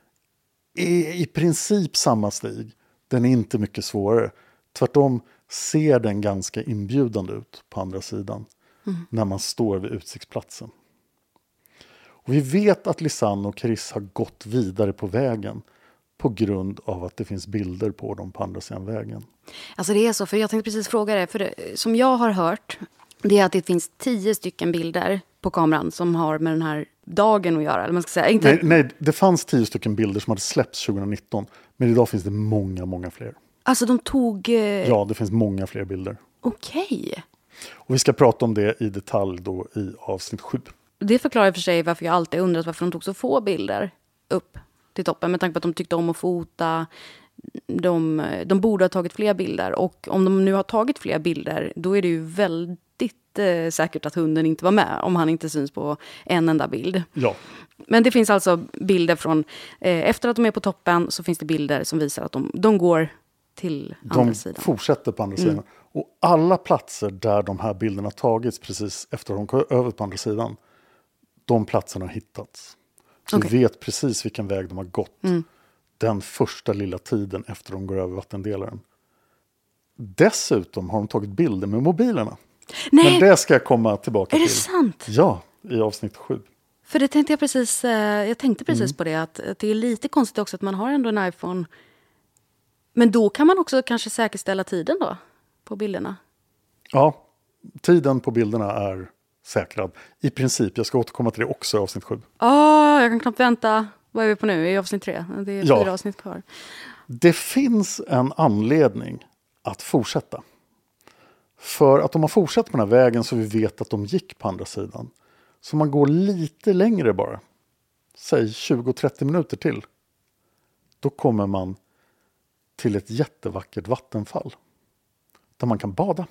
är i princip samma stig. Den är inte mycket svårare. Tvärtom ser den ganska inbjudande ut på andra sidan. Mm. När man står vid utsiktsplatsen. Och vi vet att Lisanne och Chris har gått vidare på vägen. På grund av att det finns bilder på dem på andra sidan vägen. Alltså det är så, för jag tänkte precis fråga det. För det, som jag har hört, det är att det finns tio stycken bilder på kameran som har med den här dagen att göra. Eller man ska säga. Inte... Nej, nej, det fanns tio stycken bilder som hade släppts tjugonitton. Men idag finns det många, många fler. Alltså de tog... Eh... Ja, det finns många fler bilder. Okej. Okay. Och vi ska prata om det i detalj då i avsnitt sju. Det förklarar för sig varför jag alltid undrat varför de tog så få bilder upp till toppen. Med tanke på att de tyckte om att fota. De, de borde ha tagit fler bilder. Och om de nu har tagit fler bilder, då är det ju väldigt eh, säkert att hunden inte var med. Om han inte syns på en enda bild. Ja. Men det finns alltså bilder från... Eh, efter att de är på toppen så finns det bilder som visar att de, de går till andra de sidan. De fortsätter på andra mm. sidan. Och alla platser där de här bilderna tagits precis efter att de kom över på andra sidan, de platserna har hittats. Så okay. Vi vet precis vilken väg de har gått. Mm. Den första lilla tiden efter de går över vattendelaren. Dessutom har de tagit bilder med mobilerna. Nej. Men det ska jag komma tillbaka är till. Är det sant? Ja, i avsnitt sju. För det tänkte jag precis, jag tänkte precis mm. på det. Att, att det är lite konstigt också att man har ändå en iPhone. Men då kan man också kanske säkerställa tiden då? På bilderna? Ja, tiden på bilderna är säkrad. I princip, jag ska återkomma till det också i avsnitt sju. Ja, oh, jag kan knappt vänta. Vad är vi på nu? I avsnitt tre? Det är fyra ja. avsnitt kvar. Det finns en anledning att fortsätta. För att om man fortsätter på den här vägen så vi vet att de gick på andra sidan. Så man går lite längre bara. Säg tjugo till trettio minuter till. Då kommer man till ett jättevackert vattenfall. Där man kan bada.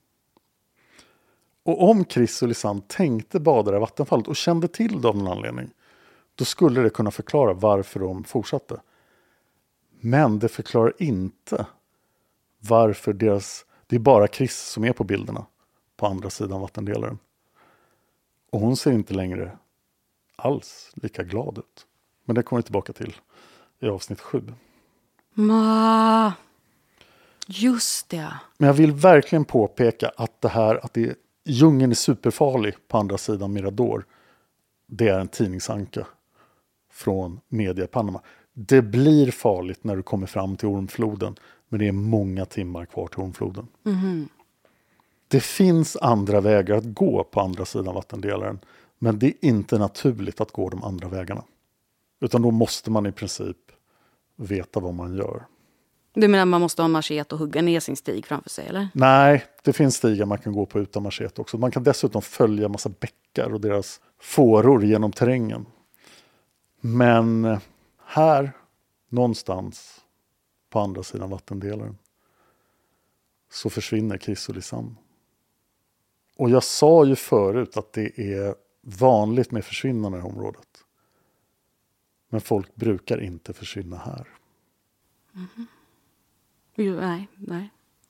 Och om Chris och Lisanne tänkte bada det vattenfallet och kände till det av någon anledning, då skulle det kunna förklara varför de fortsatte. Men det förklarar inte varför deras... Det är bara Chris som är på bilderna på andra sidan vattendelaren. Och hon ser inte längre alls lika glad ut. Men det kommer vi tillbaka till i avsnitt sju. Ma. Just det. Men jag vill verkligen påpeka att det här att det, djungeln är superfarlig på andra sidan Mirador. Det är en tidningsanka från media Panama. Det blir farligt när du kommer fram till Ormfloden. Men det är många timmar kvar till Ormfloden. Mm-hmm. Det finns andra vägar att gå på andra sidan vattendelaren. Men det är inte naturligt att gå de andra vägarna. Utan då måste man i princip veta vad man gör. Du menar att man måste ha en machete och hugga ner sin stig framför sig, eller? Nej, det finns stigar man kan gå på utan machete också. Man kan dessutom följa massa bäckar och deras fåror genom terrängen. Men här, någonstans på andra sidan vattendelaren, så försvinner Chris och Lisanne. Och jag sa ju förut att det är vanligt med försvinnande i området. Men folk brukar inte försvinna här. Mm-hmm. Jo, nej, nej.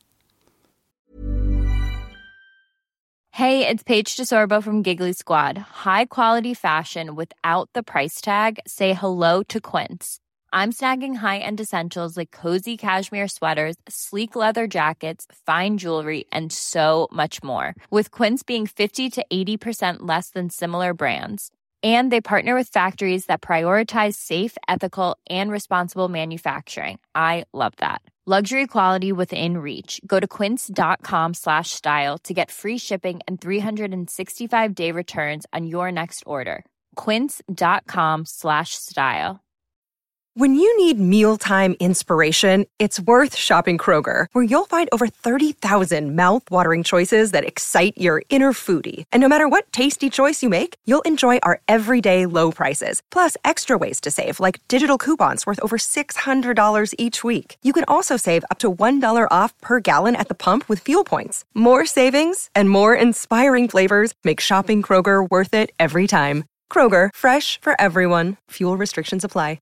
Hey, it's Paige DeSorbo from Giggly Squad. High quality fashion without the price tag. Say hello to Quince. I'm snagging high-end essentials like cozy cashmere sweaters, sleek leather jackets, fine jewelry, and so much more. With Quince being fifty to eighty percent less than similar brands. And they partner with factories that prioritize safe, ethical, and responsible manufacturing. I love that. Luxury quality within reach. Go to quince.com slash style to get free shipping and three sixty-five day returns on your next order. Quince.com slash style. When you need mealtime inspiration, it's worth shopping Kroger, where you'll find over thirty thousand mouth-watering choices that excite your inner foodie. And no matter what tasty choice you make, you'll enjoy our everyday low prices, plus extra ways to save, like digital coupons worth over six hundred dollars each week. You can also save up to one dollar off per gallon at the pump with fuel points. More savings and more inspiring flavors make shopping Kroger worth it every time. Kroger, fresh for everyone. Fuel restrictions apply.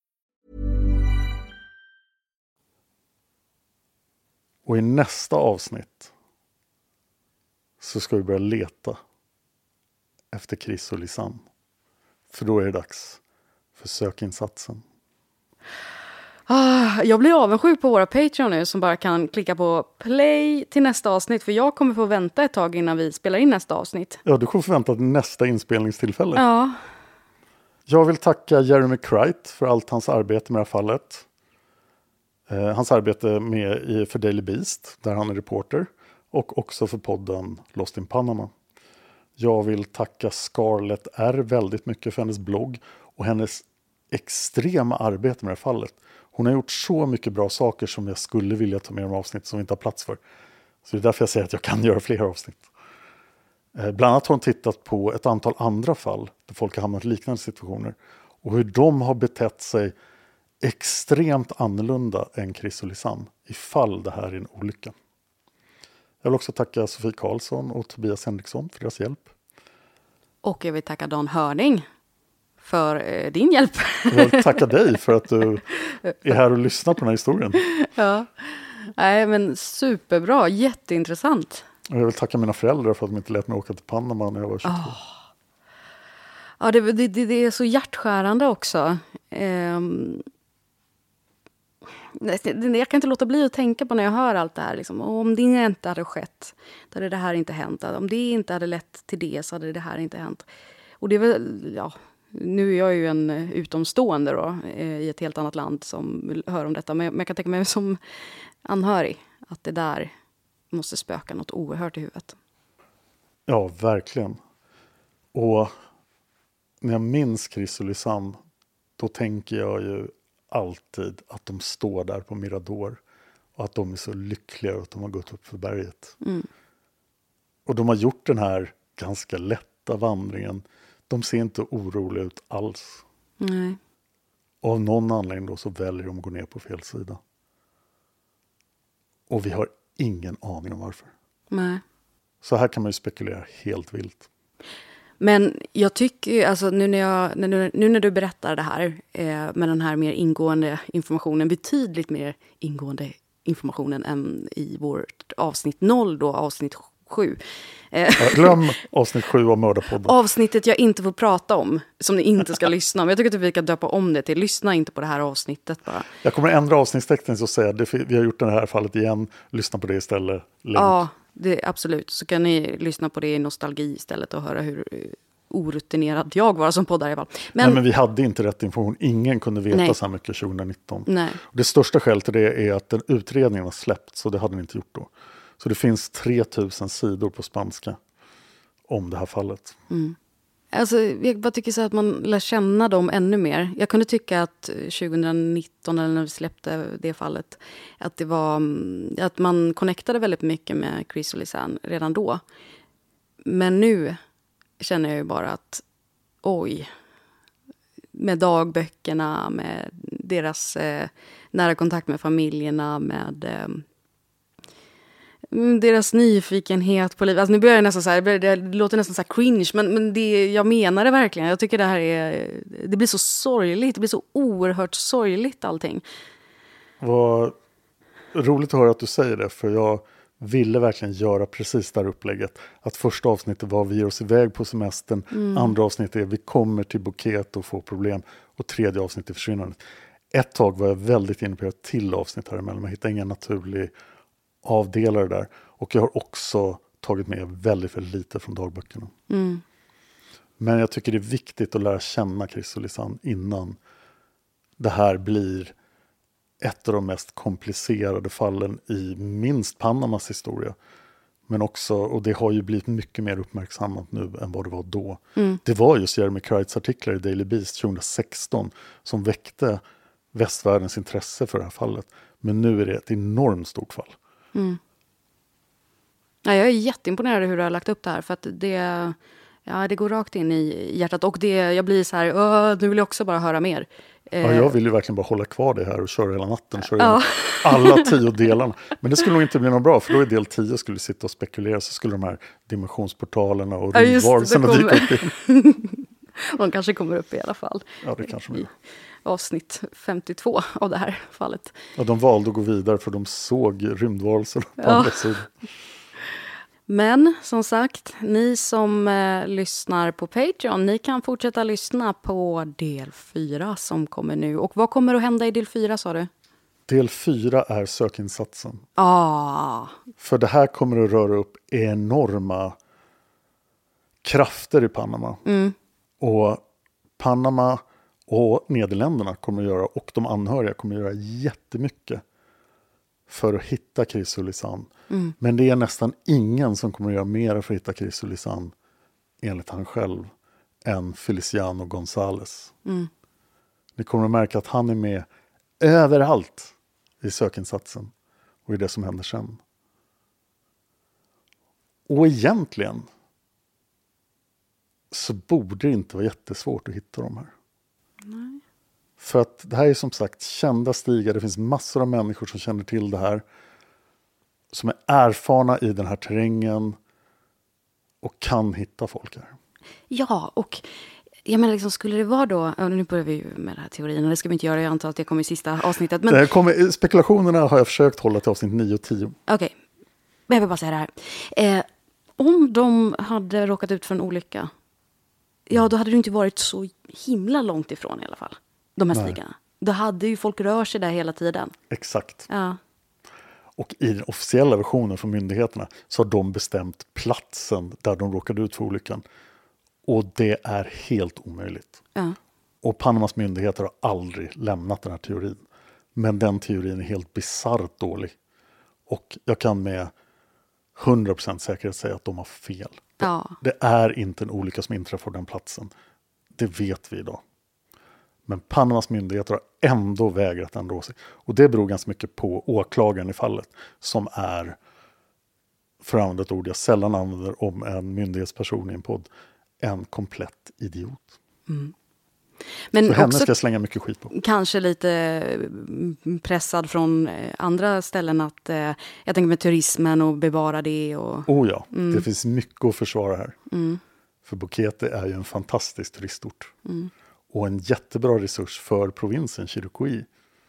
Och i nästa avsnitt så ska vi börja leta efter Chris och Lisanne. För då är det dags för sökinsatsen. Ah, jag blir avundsjuk på våra Patreon nu som bara kan klicka på play till nästa avsnitt. För jag kommer få vänta ett tag innan vi spelar in nästa avsnitt. Ja, du kommer få vänta till nästa inspelningstillfälle. Ja. Jag vill tacka Jeremy Cright för allt hans arbete med det här fallet. Eh, hans arbete med i, för Daily Beast, där han är reporter. Och också för podden Lost in Panama. Jag vill tacka Scarlett R väldigt mycket för hennes blogg och hennes extrema arbete med det här fallet. Hon har gjort så mycket bra saker som jag skulle vilja ta med om avsnitt som vi inte har plats för. Så det är därför jag säger att jag kan göra fler avsnitt. Eh, bland annat har hon tittat på ett antal andra fall där folk har hamnat i liknande situationer. Och hur de har betett sig extremt annorlunda än Chris och Lisanne ifall det här är en olycka. Jag vill också tacka Sofie Karlsson och Tobias Henriksson för deras hjälp. Och jag vill tacka Dan Hörning för eh, din hjälp. Jag vill tacka dig för att du är här och lyssnar på den här historien. Ja, nej men superbra, jätteintressant. Och jag vill tacka mina föräldrar för att de inte lät mig åka till Panama när jag var tjugotvå. Oh. Ja, det, det, det är så hjärtskärande också. Um, jag kan inte låta bli att tänka på när jag hör allt det här. Liksom. Om det inte hade skett, då hade det här inte hänt. Om det inte hade lett till det, så hade det här inte hänt. Och det är väl, ja, nu är jag ju en utomstående då, i ett helt annat land som vill höra om detta. Men jag, men jag kan tänka mig som anhörig att det där måste spöka något oerhört i huvudet. Ja, verkligen. Och när jag minns Chris och Lisanne, då tänker jag ju alltid att de står där på Mirador och att de är så lyckliga att de har gått upp för berget. Mm. Och de har gjort den här ganska lätta vandringen. De ser inte oroliga ut alls. Nej. Och av någon anledning då så väljer de att gå ner på fel sida. Och vi har ingen aning om varför. Nej. Så här kan man ju spekulera helt vilt. Men jag tycker, alltså nu när, jag, nu, nu när du berättar det här eh, med den här mer ingående informationen, betydligt mer ingående informationen än i vårt avsnitt noll då, avsnitt sju. Eh, Glöm avsnitt sju av Mördarpodden. Avsnittet jag inte får prata om, som ni inte ska lyssna om. Jag tycker att vi kan döpa om det till, lyssna inte på det här avsnittet bara. Jag kommer ändra avsnittstexten och säga att vi har gjort det här fallet igen, lyssna på det istället. Länk. Ja, det, absolut. Så kan ni lyssna på det i nostalgi istället och höra hur orutinerad jag var som poddare i alla fall. Men, Nej, men vi hade inte rätt information. Ingen kunde veta nej. så här mycket tjugonitton. Nej. Det största skälet till det är att den utredningen har släppt, så det hade ni inte gjort då. Så det finns tre tusen sidor på spanska om det här fallet. Mm. Alltså, jag bara tycker så att man lär känna dem ännu mer. Jag kunde tycka att tjugonitton, eller när vi släppte det fallet, att det var att man connectade väldigt mycket med Chris och Lisanne redan då. Men nu känner jag ju bara att oj, med dagböckerna, med deras eh, nära kontakt med familjerna, med eh, deras nyfikenhet på livet. Alltså nu börjar jag nästan så här, det, det låter nästan så här cringe, men, men det, jag menar det verkligen. Jag tycker det här är, det blir så sorgligt, det blir så oerhört sorgligt allting. Vad roligt att höra att du säger det, för jag ville verkligen göra precis det här upplägget. Att första avsnittet var vi ger oss iväg på semestern, mm. andra avsnittet är vi kommer till Buket och får problem, och tredje avsnittet är försvinnandet. Ett tag var jag väldigt inne på ett till avsnitt här emellan, jag hittade ingen naturlig avdelare där. Och jag har också tagit med väldigt, väldigt lite från dagböckerna. Mm. Men jag tycker det är viktigt att lära känna Chris och Lisanne innan det här blir ett av de mest komplicerade fallen i minst Panamas historia. Men också, och det har ju blivit mycket mer uppmärksammat nu än vad det var då. Mm. Det var just Jeremy Crights artiklar i Daily Beast tjugohundrasexton som väckte västvärldens intresse för det här fallet. Men nu är det ett enormt stort fall. Mm. Ja, jag är jätteimponerad hur du har lagt upp det här. För att det, ja, det går rakt in i hjärtat. Och det, jag blir så här, nu vill jag också bara höra mer. Ja, jag vill ju verkligen bara hålla kvar det här och köra hela natten. Köra ja. alla tio delarna. Men det skulle nog inte bli något bra. För då i del tio skulle sitta och spekulera. Så skulle de här dimensionsportalerna och rymdvarelserna ja, dyka upp igen. De kanske kommer upp i alla fall. Ja, det kanske de gör. Avsnitt femtiotvå av det här fallet. Ja, de valde att gå vidare för de såg rymdvarelserna på ja. andra sidan. Men som sagt, ni som eh, lyssnar på Patreon, ni kan fortsätta lyssna på del fyra som kommer nu. Och vad kommer att hända i del fyra, sa du? Del fyra är sökinsatsen. Ah. För det här kommer att röra upp enorma krafter i Panama. Mm. Och Panama och Nederländerna kommer att göra, och de anhöriga kommer att göra jättemycket för att hitta Chris Hulisan. Mm. Men det är nästan ingen som kommer att göra mer för att hitta Chris Hulisan, enligt han själv, än Feliciano González. Mm. Ni kommer att märka att han är med överallt i sökinsatsen och i det som händer sen. Och egentligen så borde det inte vara jättesvårt att hitta dem här. Nej. För att det här är som sagt kända stigar. Det finns massor av människor som känner till det här. Som är erfarna i den här terrängen. Och kan hitta folk här. Ja, och jag menar liksom, skulle det vara då... Nu börjar vi ju med den här teorin. Och det ska vi inte göra. Jag antar att det kommer i sista avsnittet. Men... Det kommer, spekulationerna har jag försökt hålla till avsnitt nio och tio. Okej, okay. Men jag vill bara säga det här. Eh, om de hade råkat ut för en olycka... Ja, då hade det inte varit så himla långt ifrån i alla fall. De här stigarna. Då hade ju folk rör sig där hela tiden. Exakt. Ja. Och i den officiella versionen från myndigheterna så har de bestämt platsen där de råkade ut för olyckan. Och det är helt omöjligt. Ja. Och Panamas myndigheter har aldrig lämnat den här teorin. Men den teorin är helt bisarrt dålig. Och jag kan med hundra procent säkerhet säga att de har fel. Ja. Det är inte en olycka som inträffar på den platsen. Det vet vi idag. Men Panamas myndigheter har ändå vägrat ändra sig. Och det beror ganska mycket på åklagaren i fallet. Som är, för att använda ett ord jag sällan använder om en myndighetsperson i en podd, en komplett idiot. Mm. Men och henne också ska jag slänga mycket skit på. Kanske lite pressad från andra ställen. Att, eh, jag tänker med turismen och bevara det. Och... Oh ja, mm. det finns mycket att försvara här. Mm. För Boquete är ju en fantastisk turistort. Mm. Och en jättebra resurs för provinsen Chiriquí.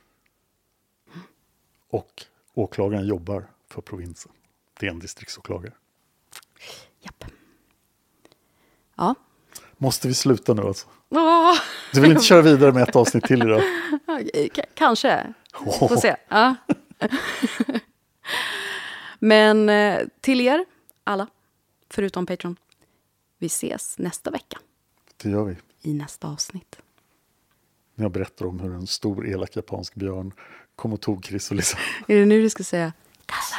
Och åklagaren jobbar för provinsen. Det är en distriktsåklagare. Japp. Ja. Måste vi sluta nu alltså? Åh! Du vill inte köra vidare med ett avsnitt till idag? K- kanske. Får se. Ja. Men till er alla, förutom Patreon, vi ses nästa vecka. Det gör vi. I nästa avsnitt. När jag berättar om hur en stor elak japansk björn kom och tog Chris och Lisa. Är det nu du ska säga?